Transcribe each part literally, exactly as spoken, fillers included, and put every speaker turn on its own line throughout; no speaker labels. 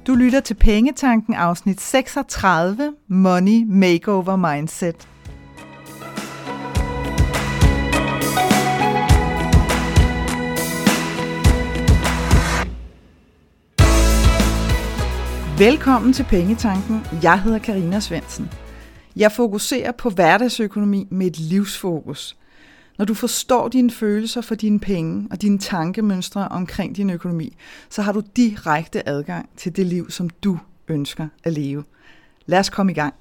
Du lytter til Pengetanken afsnit seksogtredive, Money Makeover Mindset. Velkommen til Pengetanken. Jeg hedder Karina Svendsen. Jeg fokuserer på hverdagsøkonomi med et livsfokus. Når du forstår dine følelser for dine penge og dine tankemønstre omkring din økonomi, så har du direkte adgang til det liv, som du ønsker at leve. Lad os komme i gang.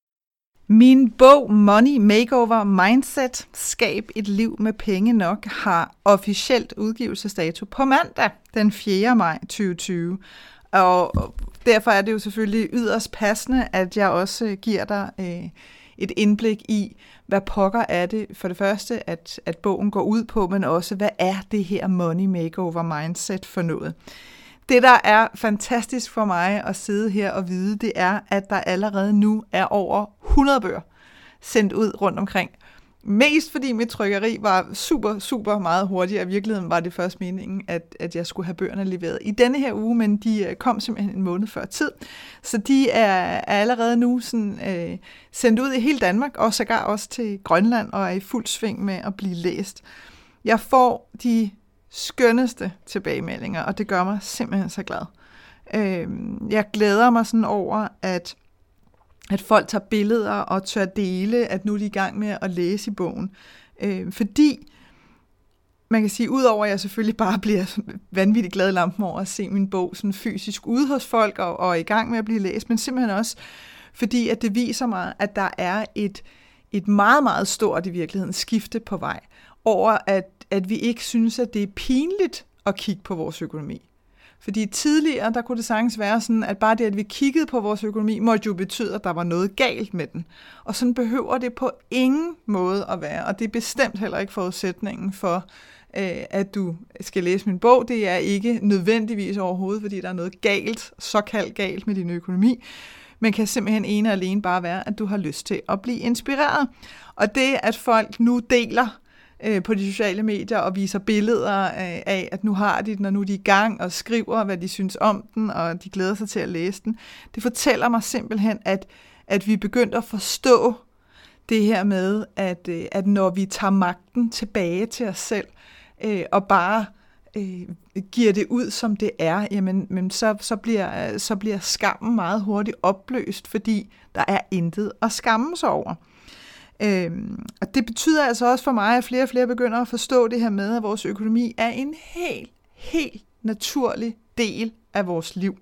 Min bog Money Makeover Mindset, skab et liv med penge nok, har officielt udgivelsesdato på mandag den fjerde maj to tusind og tyve. Og derfor er det jo selvfølgelig yderst passende, at jeg også giver dig øh, et indblik i, hvad pokker er det for det første, at, at bogen går ud på, men også, hvad er det her Money Makeover Mindset for noget. Det, der er fantastisk for mig at sidde her og vide, det er, at der allerede nu er over hundrede bøger sendt ud rundt omkring. Mest fordi mit trykkeri var super, super meget hurtigere. I virkeligheden var det først meningen, at, at jeg skulle have bøgerne leveret i denne her uge, men de kom simpelthen en måned før tid. Så de er, er allerede nu sådan, øh, sendt ud i hele Danmark, og sågar også til Grønland, og er i fuld sving med at blive læst. Jeg får de skønneste tilbagemeldinger, og det gør mig simpelthen så glad. Øh, jeg glæder mig sådan over, at at folk tager billeder og tør dele, at nu er de i gang med at læse i bogen. Øh, fordi, man kan sige, udover at jeg selvfølgelig bare bliver vanvittigt glad i lampen over at se min bog sådan fysisk ude hos folk og, og i gang med at blive læst, men simpelthen også fordi, at det viser mig, at der er et, et meget, meget stort i virkeligheden skifte på vej over, at, at vi ikke synes, at det er pinligt at kigge på vores økonomi. Fordi tidligere, der kunne det sagtens være sådan, at bare det, at vi kiggede på vores økonomi, måtte jo betyde, at der var noget galt med den. Og sådan behøver det på ingen måde at være. Og det er bestemt heller ikke forudsætningen for, øh, at du skal læse min bog. Det er ikke nødvendigvis overhovedet, fordi der er noget galt, såkaldt galt med din økonomi. Men kan simpelthen ene og alene bare være, at du har lyst til at blive inspireret. Og det, at folk nu deler på de sociale medier og viser billeder af, at nu har de den, og nu er de i gang og skriver, hvad de synes om den, og de glæder sig til at læse den. Det fortæller mig simpelthen, at, at vi er begyndt at forstå det her med, at, at når vi tager magten tilbage til os selv, øh, og bare øh, giver det ud, som det er, jamen, men så, så, bliver, så bliver skammen meget hurtigt opløst, fordi der er intet at skamme sig over. Øhm, og det betyder altså også for mig, at flere og flere begynder at forstå det her med, at vores økonomi er en helt, helt naturlig del af vores liv,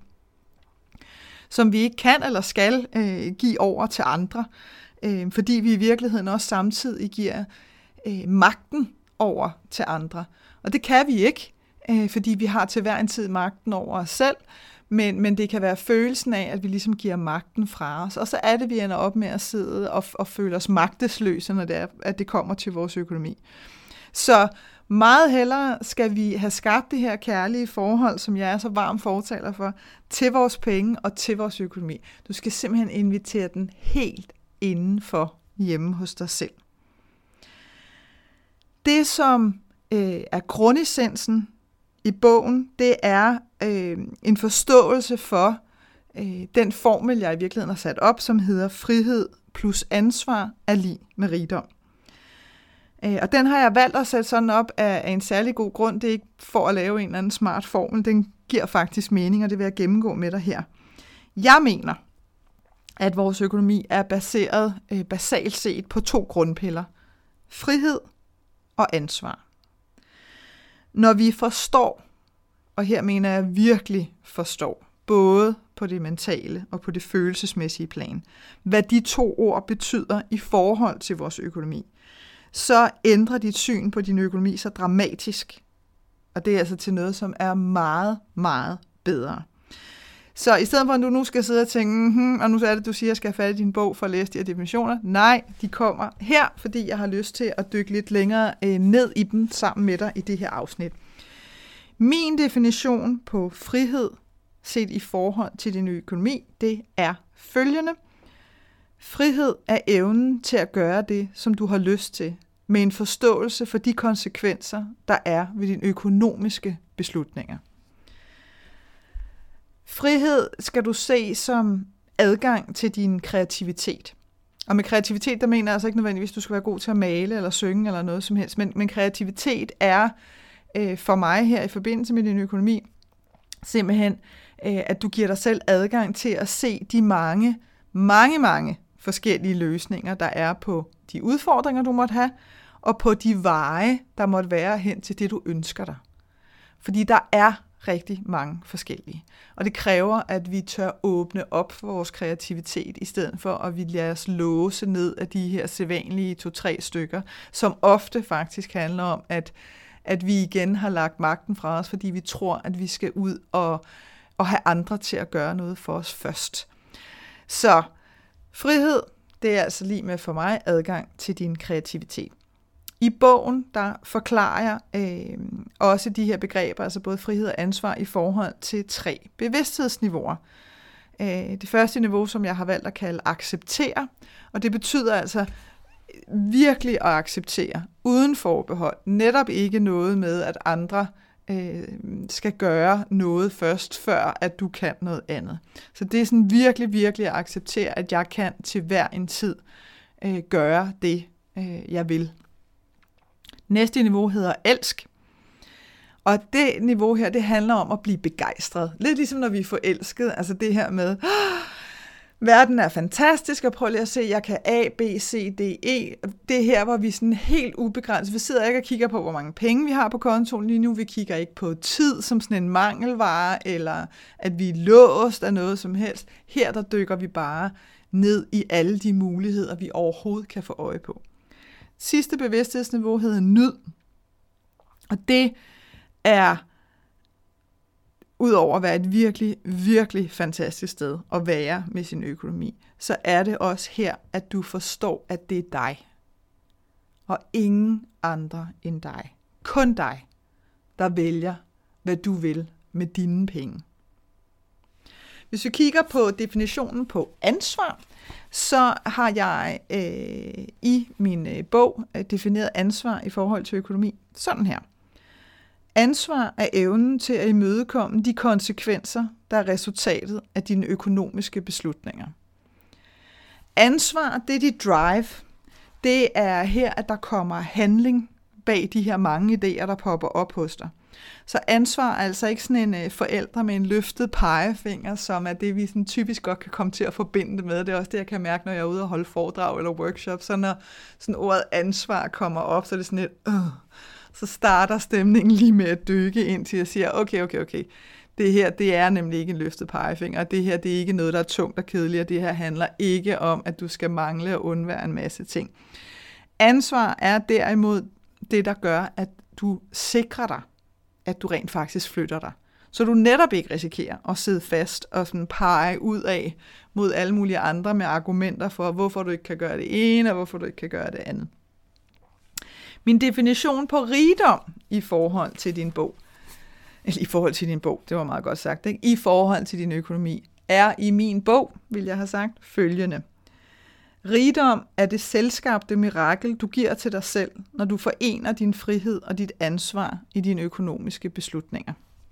som vi ikke kan eller skal øh, give over til andre, øh, fordi vi i virkeligheden også samtidig giver øh, magten over til andre. Og det kan vi ikke, øh, fordi vi har til hver en tid magten over os selv, Men, men det kan være følelsen af, at vi ligesom giver magten fra os. Og så er det, vi ender op med at sidde og, og føle os magtesløse, når det er, at det kommer til vores økonomi. Så meget hellere skal vi have skabt det her kærlige forhold, som jeg er så varm fortaler for, til vores penge og til vores økonomi. Du skal simpelthen invitere den helt indenfor hjemme hos dig selv. Det, som øh, er grundessensen i bogen, det er øh, en forståelse for øh, den formel, jeg i virkeligheden har sat op, som hedder frihed plus ansvar er lig med rigdom. Øh, og den har jeg valgt at sætte sådan op af, af en særlig god grund. Det er ikke for at lave en eller anden smart formel. Den giver faktisk mening, og det vil jeg gennemgå med dig her. Jeg mener, at vores økonomi er baseret øh, basalt set på to grundpiller. Frihed og ansvar. Når vi forstår, og her mener jeg virkelig forstår, både på det mentale og på det følelsesmæssige plan, hvad de to ord betyder i forhold til vores økonomi, så ændrer dit syn på din økonomi så dramatisk. Og det er altså til noget, som er meget, meget bedre. Så i stedet for, at du nu skal sidde og tænke, mm-hmm, og nu er det, du siger, at jeg skal have fat i din bog for at læse de her definitioner. Nej, de kommer her, fordi jeg har lyst til at dykke lidt længere øh, ned i dem sammen med dig i det her afsnit. Min definition på frihed, set i forhold til din økonomi, det er følgende. Frihed er evnen til at gøre det, som du har lyst til, med en forståelse for de konsekvenser, der er ved dine økonomiske beslutninger. Frihed skal du se som adgang til din kreativitet. Og med kreativitet, der mener jeg altså ikke nødvendigvis, at du skal være god til at male eller synge eller noget som helst, men, men kreativitet er øh, for mig her i forbindelse med din økonomi simpelthen, øh, at du giver dig selv adgang til at se de mange, mange, mange forskellige løsninger, der er på de udfordringer, du måtte have, og på de veje, der måtte være hen til det, du ønsker dig. Fordi der er rigtig mange forskellige. Og det kræver, at vi tør åbne op for vores kreativitet, i stedet for at vi lader os låse ned af de her sædvanlige to-tre stykker, som ofte faktisk handler om, at, at vi igen har lagt magten fra os, fordi vi tror, at vi skal ud og, og have andre til at gøre noget for os først. Så frihed, det er altså lige med for mig adgang til din kreativitet. I bogen, der forklarer jeg øh, også de her begreber, altså både frihed og ansvar i forhold til tre bevidsthedsniveauer. Øh, det første niveau, som jeg har valgt at kalde acceptere, og det betyder altså virkelig at acceptere, uden forbehold. Netop ikke noget med, at andre øh, skal gøre noget først, før at du kan noget andet. Så det er sådan virkelig, virkelig at acceptere, at jeg kan til hver en tid øh, gøre det, øh, jeg vil. Næste niveau hedder elsk. Og det niveau her, det handler om at blive begejstret. Lidt ligesom når vi er forelsket. Altså det her med, verden er fantastisk, og prøv lige at se, jeg kan A, B, C, D, E. Det her, hvor vi sådan helt ubegrænset. Vi sidder ikke og kigger på, hvor mange penge vi har på kontoen lige nu. Vi kigger ikke på tid som sådan en mangelvare, eller at vi er låst af noget som helst. Her der dykker vi bare ned i alle de muligheder, vi overhovedet kan få øje på. Sidste bevidsthedsniveau hedder nyd, og det er, udover at være et virkelig, virkelig fantastisk sted at være med sin økonomi, så er det også her, at du forstår, at det er dig, og ingen andre end dig. Kun dig, der vælger, hvad du vil med dine penge. Hvis vi kigger på definitionen på ansvar, så har jeg øh, i min øh, bog defineret ansvar i forhold til økonomi sådan her. Ansvar er evnen til at imødekomme de konsekvenser, der er resultatet af dine økonomiske beslutninger. Ansvar, det er dit drive. Det er her, at der kommer handling bag de her mange idéer, der popper op hos dig. Så ansvar er altså ikke sådan en uh, forældre med en løftet pegefinger, som er det, vi sådan typisk godt kan komme til at forbinde det med. Det er også det, jeg kan mærke, når jeg er ude og holde foredrag eller workshop. Så når sådan ordet ansvar kommer op, så er det sådan et, øh, så starter stemningen lige med at dykke ind til at sige, okay, okay, okay, det her, det er nemlig ikke en løftet pegefinger, og det her, det er ikke noget, der er tungt og kedeligt, og det her handler ikke om, at du skal mangle og undvære en masse ting. Ansvar er derimod det, der gør, at du sikrer dig, at du rent faktisk flytter dig. Så du netop ikke risikerer at sidde fast og sådan pege ud af mod alle mulige andre med argumenter for, hvorfor du ikke kan gøre det ene, og hvorfor du ikke kan gøre det andet. Min definition på rigdom i forhold til din bog, eller i forhold til din bog, det var meget godt sagt, ikke? I forhold til din økonomi, er i min bog, vil jeg have sagt, følgende. Rigdom er det selvskabte mirakel, du giver til dig selv, når du forener din frihed og dit ansvar i dine økonomiske beslutninger.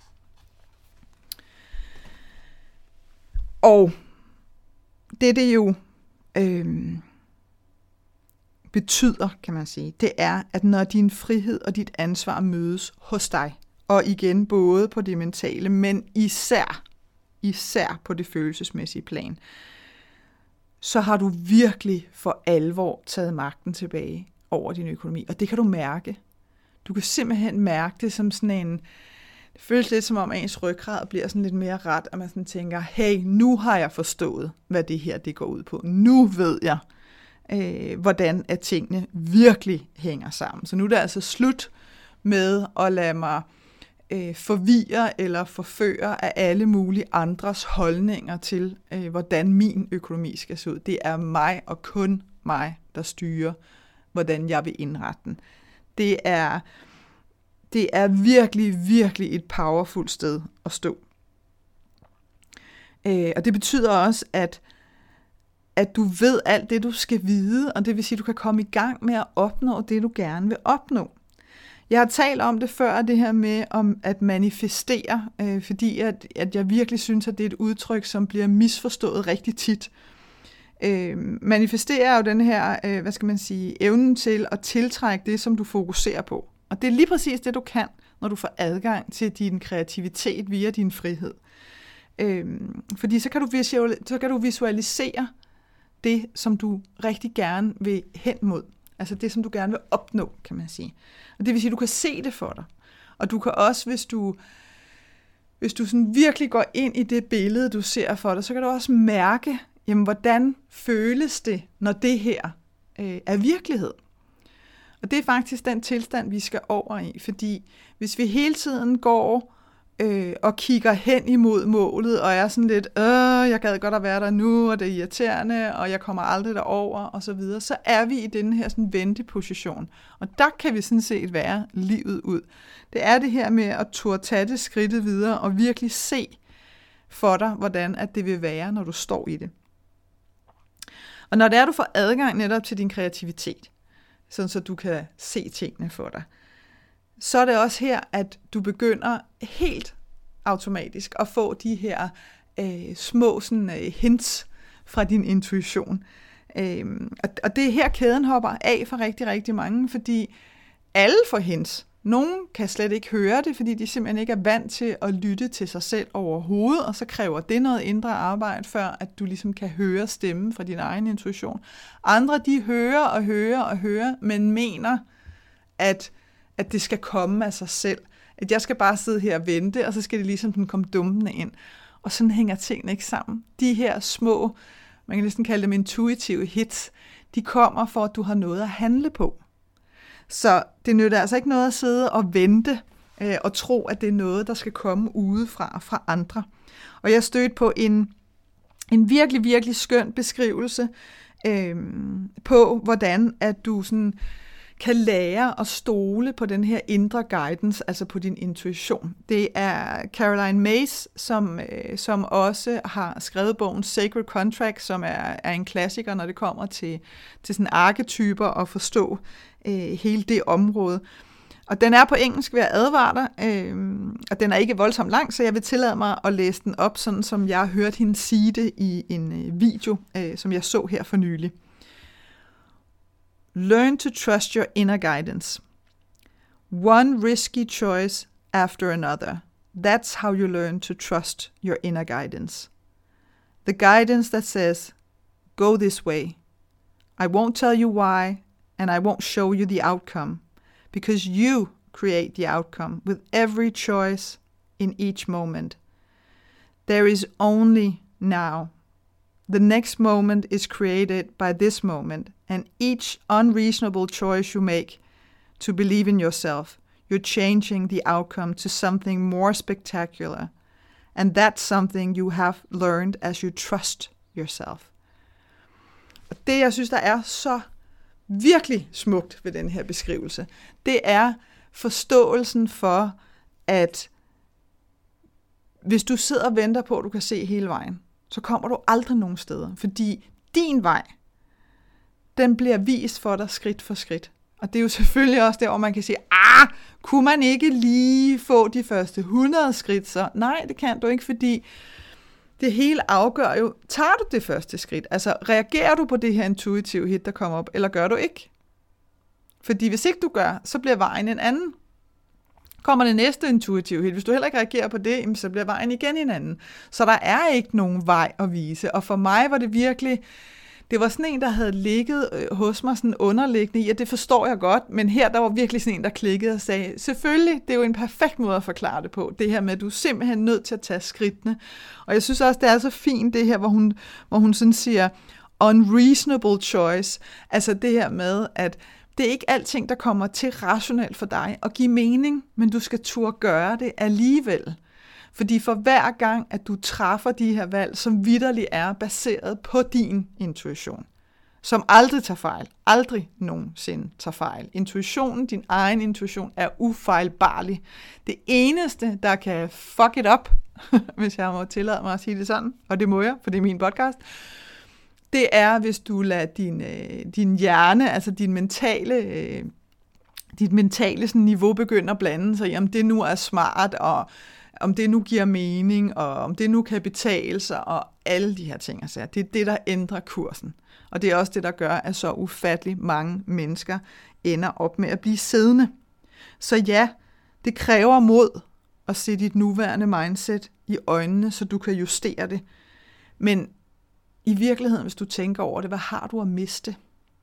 Og det det jo øh, betyder, kan man sige, det er, at når din frihed og dit ansvar mødes hos dig, og igen både på det mentale, men især, især på det følelsesmæssige plan, så har du virkelig for alvor taget magten tilbage over din økonomi. Og det kan du mærke. Du kan simpelthen mærke det som sådan en, det føles lidt som om ens ryggrad bliver sådan lidt mere ret, og man sådan tænker, hey, nu har jeg forstået, hvad det her det går ud på. Nu ved jeg, øh, hvordan at tingene virkelig hænger sammen. Så nu er det altså slut med at lade mig øh, forvirre eller forføre af alle mulige andres holdninger til, øh, hvordan min økonomi skal se ud. Det er mig og kun mig, der styrer, hvordan jeg vil indrette den. Det er, det er virkelig, virkelig et powerful sted at stå. Øh, og det betyder også, at at du ved alt det, du skal vide, og det vil sige, at du kan komme i gang med at opnå det, du gerne vil opnå. Jeg har talt om det før, det her med om at manifestere, øh, fordi at, at jeg virkelig synes, at det er et udtryk, som bliver misforstået rigtig tit. Øh, manifestere er jo den her, øh, hvad skal man sige, evnen til at tiltrække det, som du fokuserer på. Og det er lige præcis det, du kan, når du får adgang til din kreativitet via din frihed. Øh, fordi så kan, du visual, så kan du visualisere det, som du rigtig gerne vil hen mod. Altså det, som du gerne vil opnå, kan man sige. Og det vil sige, at du kan se det for dig. Og du kan også, hvis du, hvis du sådan virkelig går ind i det billede, du ser for dig, så kan du også mærke, jamen, hvordan føles det, når det her øh, er virkelighed. Og det er faktisk den tilstand, vi skal over i. Fordi hvis vi hele tiden går øh, og kigger hen imod målet, og er sådan lidt, øh, jeg gad godt at være der nu, og det er irriterende, og jeg kommer aldrig derover, og så videre, så er vi i den her sådan venteposition. Og der kan vi sådan set være livet ud. Det er det her med at turde tage det skridtet videre, og virkelig se for dig, hvordan at det vil være, når du står i det. Og når det er, du får adgang netop til din kreativitet, sådan så du kan se tingene for dig, så er det også her, at du begynder helt automatisk at få de her øh, små sådan, øh, hints fra din intuition. Øh, og, og det er her, kæden hopper af for rigtig, rigtig mange, fordi alle får hints. Nogle kan slet ikke høre det, fordi de simpelthen ikke er vant til at lytte til sig selv overhovedet, og så kræver det noget indre arbejde, før at du ligesom kan høre stemmen fra din egen intuition. Andre, de hører og hører og hører, men mener, at, at det skal komme af sig selv. At jeg skal bare sidde her og vente, og så skal det ligesom den komme dumpende ind. Og sådan hænger tingene ikke sammen. De her små, man kan næsten kalde dem intuitive hits, de kommer for, at du har noget at handle på. Så det nytter altså ikke noget at sidde og vente øh, og tro, at det er noget, der skal komme udefra fra andre. Og jeg stødte på en, en virkelig, virkelig skøn beskrivelse øh, på, hvordan at du sådan kan lære at stole på den her indre guidance, altså på din intuition. Det er Caroline Myss, som, øh, som også har skrevet bogen Sacred Contract, som er, er en klassiker, når det kommer til, til sådan arketyper og forstå øh, hele det område. Og den er på engelsk, vil jeg advare dig, øh, og den er ikke voldsomt lang, så jeg vil tillade mig at læse den op, sådan som jeg har hørt hende sige det i en øh, video, øh, som jeg så her for nylig. Learn to trust your inner guidance. One risky choice after another. That's how you learn to trust your inner guidance. The guidance that says, go this way. I won't tell you why, and I won't show you the outcome, because you create the outcome with every choice in each moment. There is only now. The next moment is created by this moment, and each unreasonable choice you make to believe in yourself, you're changing the outcome to something more spectacular. And that's something you have learned as you trust yourself. Og det, jeg synes, der er så virkelig smukt ved den her beskrivelse, det er forståelsen for, at hvis du sidder og venter på, at du kan se hele vejen, så kommer du aldrig nogen steder, fordi din vej, den bliver vist for dig skridt for skridt. Og det er jo selvfølgelig også der, hvor man kan sige, ah, kunne man ikke lige få de første hundrede skridt så? Nej, det kan du ikke, fordi det hele afgør jo, tager du det første skridt? Altså, reagerer du på det her intuitive hit, der kommer op, eller gør du ikke? Fordi hvis ikke du gør, så bliver vejen en anden. Kommer det næste intuitive hit, hvis du heller ikke reagerer på det, så bliver vejen igen en anden. Så der er ikke nogen vej at vise. Og for mig var det virkelig, det var sådan en, der havde ligget hos mig sådan underliggende i, at det forstår jeg godt, men her der var virkelig sådan en, der klikkede og sagde, selvfølgelig, det er jo en perfekt måde at forklare det på, det her med, at du er simpelthen nødt til at tage skridtene. Og jeg synes også, det er så fint det her, hvor hun, hvor hun sådan siger, unreasonable choice, altså det her med, at det er ikke alting, der kommer til rationelt for dig at give mening, men du skal turde gøre det alligevel. Fordi for hver gang, at du træffer de her valg, som vitterligt er baseret på din intuition, som aldrig tager fejl, aldrig nogensinde tager fejl. Intuitionen, din egen intuition, er ufejlbarlig. Det eneste, der kan fuck it up, hvis jeg må tillade mig at sige det sådan, og det må jeg, for det er min podcast, det er, hvis du lader din, øh, din hjerne, altså din mentale øh, dit mentale sådan, niveau begynder at blande sig i, om det nu er smart, og om det nu giver mening, og om det nu kan betale sig, og alle de her ting. Altså, det er det, der ændrer kursen. Og det er også det, der gør, at så ufattelig mange mennesker ender op med at blive siddende. Så ja, det kræver mod at se dit nuværende mindset i øjnene, så du kan justere det. Men i virkeligheden, hvis du tænker over det, hvad har du at miste?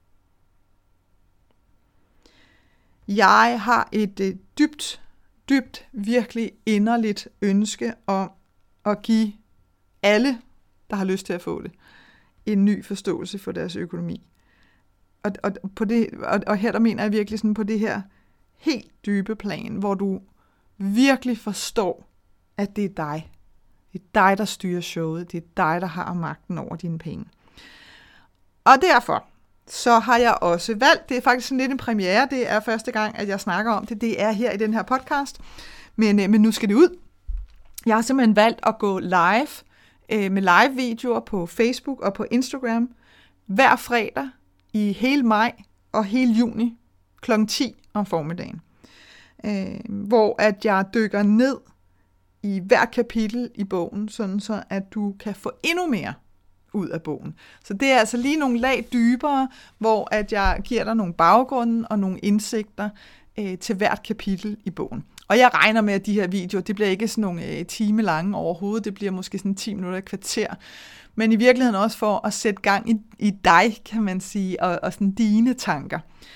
Jeg har et øh, dybt, dybt, virkelig inderligt ønske om at give alle, der har lyst til at få det, en ny forståelse for deres økonomi. Og, og, på det, og, og her der mener jeg virkelig sådan på det her helt dybe plan, hvor du virkelig forstår, at det er dig. Det er dig, der styrer showet. Det er dig, der har magten over dine penge. Og derfor så har jeg også valgt, det er faktisk sådan lidt en premiere, det er første gang, at jeg snakker om det, det er her i den her podcast, men, men nu skal det ud. Jeg har simpelthen valgt at gå live øh, med live-videoer på Facebook og på Instagram hver fredag i hele maj og hele juni klokken ti om formiddagen, øh, hvor at jeg dykker ned i hver kapitel i bogen, sådan så at du kan få endnu mere ud af bogen. Så det er altså lige nogle lag dybere, hvor at jeg giver dig nogle baggrunde og nogle indsigter øh, til hvert kapitel i bogen. Og jeg regner med, at de her videoer, det bliver ikke sådan nogle øh, time lange overhovedet, det bliver måske sådan ti minutter et kvarter, men i virkeligheden også for at sætte gang i, i dig, kan man sige, og, og sådan dine tanker.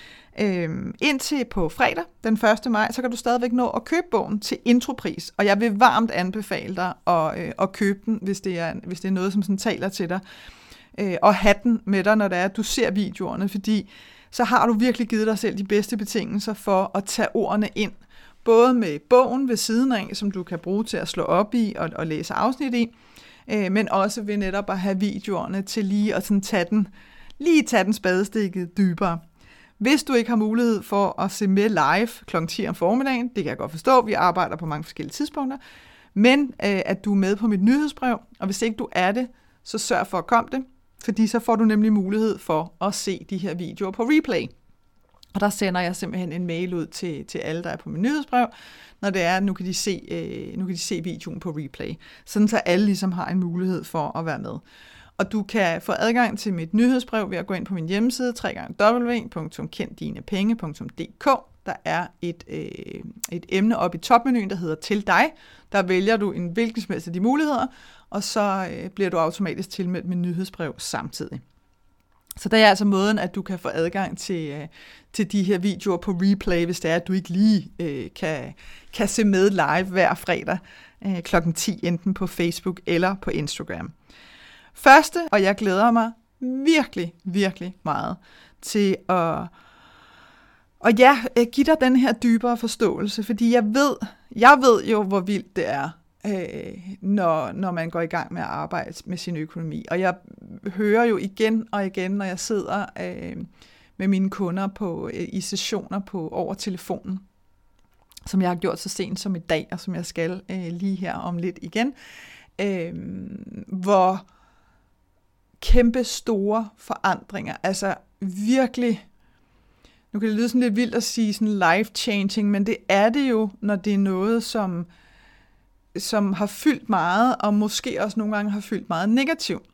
Øhm, indtil på fredag, den første maj, så kan du stadigvæk nå at købe bogen til intropris, og jeg vil varmt anbefale dig at, øh, at købe den, hvis det, er, hvis det er noget, som sådan taler til dig, øh, og have den med dig, når det er, at du ser videoerne, fordi så har du virkelig givet dig selv de bedste betingelser for at tage ordene ind, både med bogen ved siden af, som du kan bruge til at slå op i og, og læse afsnit i, øh, men også ved netop at have videoerne til lige at sådan tage den, lige tage den spadestikket dybere. Hvis du ikke har mulighed for at se med live klokken ti om formiddagen, det kan jeg godt forstå, vi arbejder på mange forskellige tidspunkter, men øh, at du er med på mit nyhedsbrev, og hvis ikke du er det, så sørg for at komme det, fordi så får du nemlig mulighed for at se de her videoer på replay. Og der sender jeg simpelthen en mail ud til, til alle, der er på mit nyhedsbrev, når det er, at nu kan de se, øh, nu kan de se videoen på replay, sådan så alle ligesom har en mulighed for at være med. Og du kan få adgang til mit nyhedsbrev ved at gå ind på min hjemmeside, w w w punktum kend dine penge punktum d k. Der er et, øh, et emne oppe i topmenuen, der hedder Til dig. Der vælger du en hvilken som helst af de muligheder, og så øh, bliver du automatisk tilmeldt mit nyhedsbrev samtidig. Så der er altså måden, at du kan få adgang til, øh, til de her videoer på replay, hvis det er, at du ikke lige øh, kan, kan se med live hver fredag øh, klokken ti, enten på Facebook eller på Instagram. Første, og jeg glæder mig virkelig, virkelig meget til at og ja, give dig den her dybere forståelse, fordi jeg ved, jeg ved jo, hvor vildt det er, øh, når, når man går i gang med at arbejde med sin økonomi. Og jeg hører jo igen og igen, når jeg sidder øh, med mine kunder på, øh, i sessioner på over telefonen, som jeg har gjort så sent som i dag, og som jeg skal øh, lige her om lidt igen, øh, hvor kæmpe store forandringer, altså virkelig, nu kan det lyde sådan lidt vildt at sige sådan life-changing, men det er det jo, når det er noget, som, som har fyldt meget, og måske også nogle gange har fyldt meget negativt.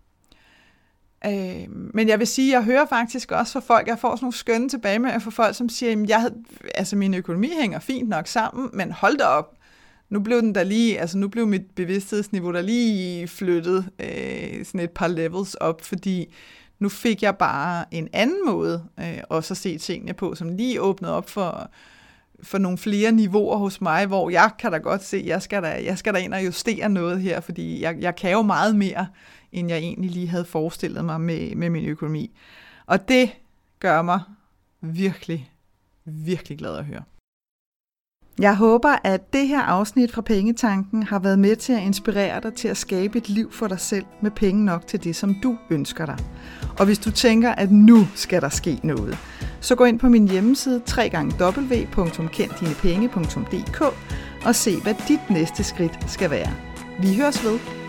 Øh, men jeg vil sige, jeg hører faktisk også fra folk, jeg får sådan nogle skønne tilbagemeldinger fra folk, som siger, at jeg havde, altså min økonomi hænger fint nok sammen, men hold da op, nu blev den der lige, altså nu blev mit bevidsthedsniveau der lige flyttet øh, sådan et par levels op, fordi nu fik jeg bare en anden måde øh, også at se tingene på, som lige åbnede op for, for nogle flere niveauer hos mig, hvor jeg kan da godt se, jeg skal da, jeg skal da ind og justere noget her, fordi jeg, jeg kan jo meget mere, end jeg egentlig lige havde forestillet mig med, med min økonomi. Og det gør mig virkelig, virkelig glad at høre. Jeg håber, at det her afsnit fra Pengetanken har været med til at inspirere dig til at skabe et liv for dig selv med penge nok til det, som du ønsker dig. Og hvis du tænker, at nu skal der ske noget, så gå ind på min hjemmeside w w w punktum kend dine penge punktum d k og se, hvad dit næste skridt skal være. Vi høres ved.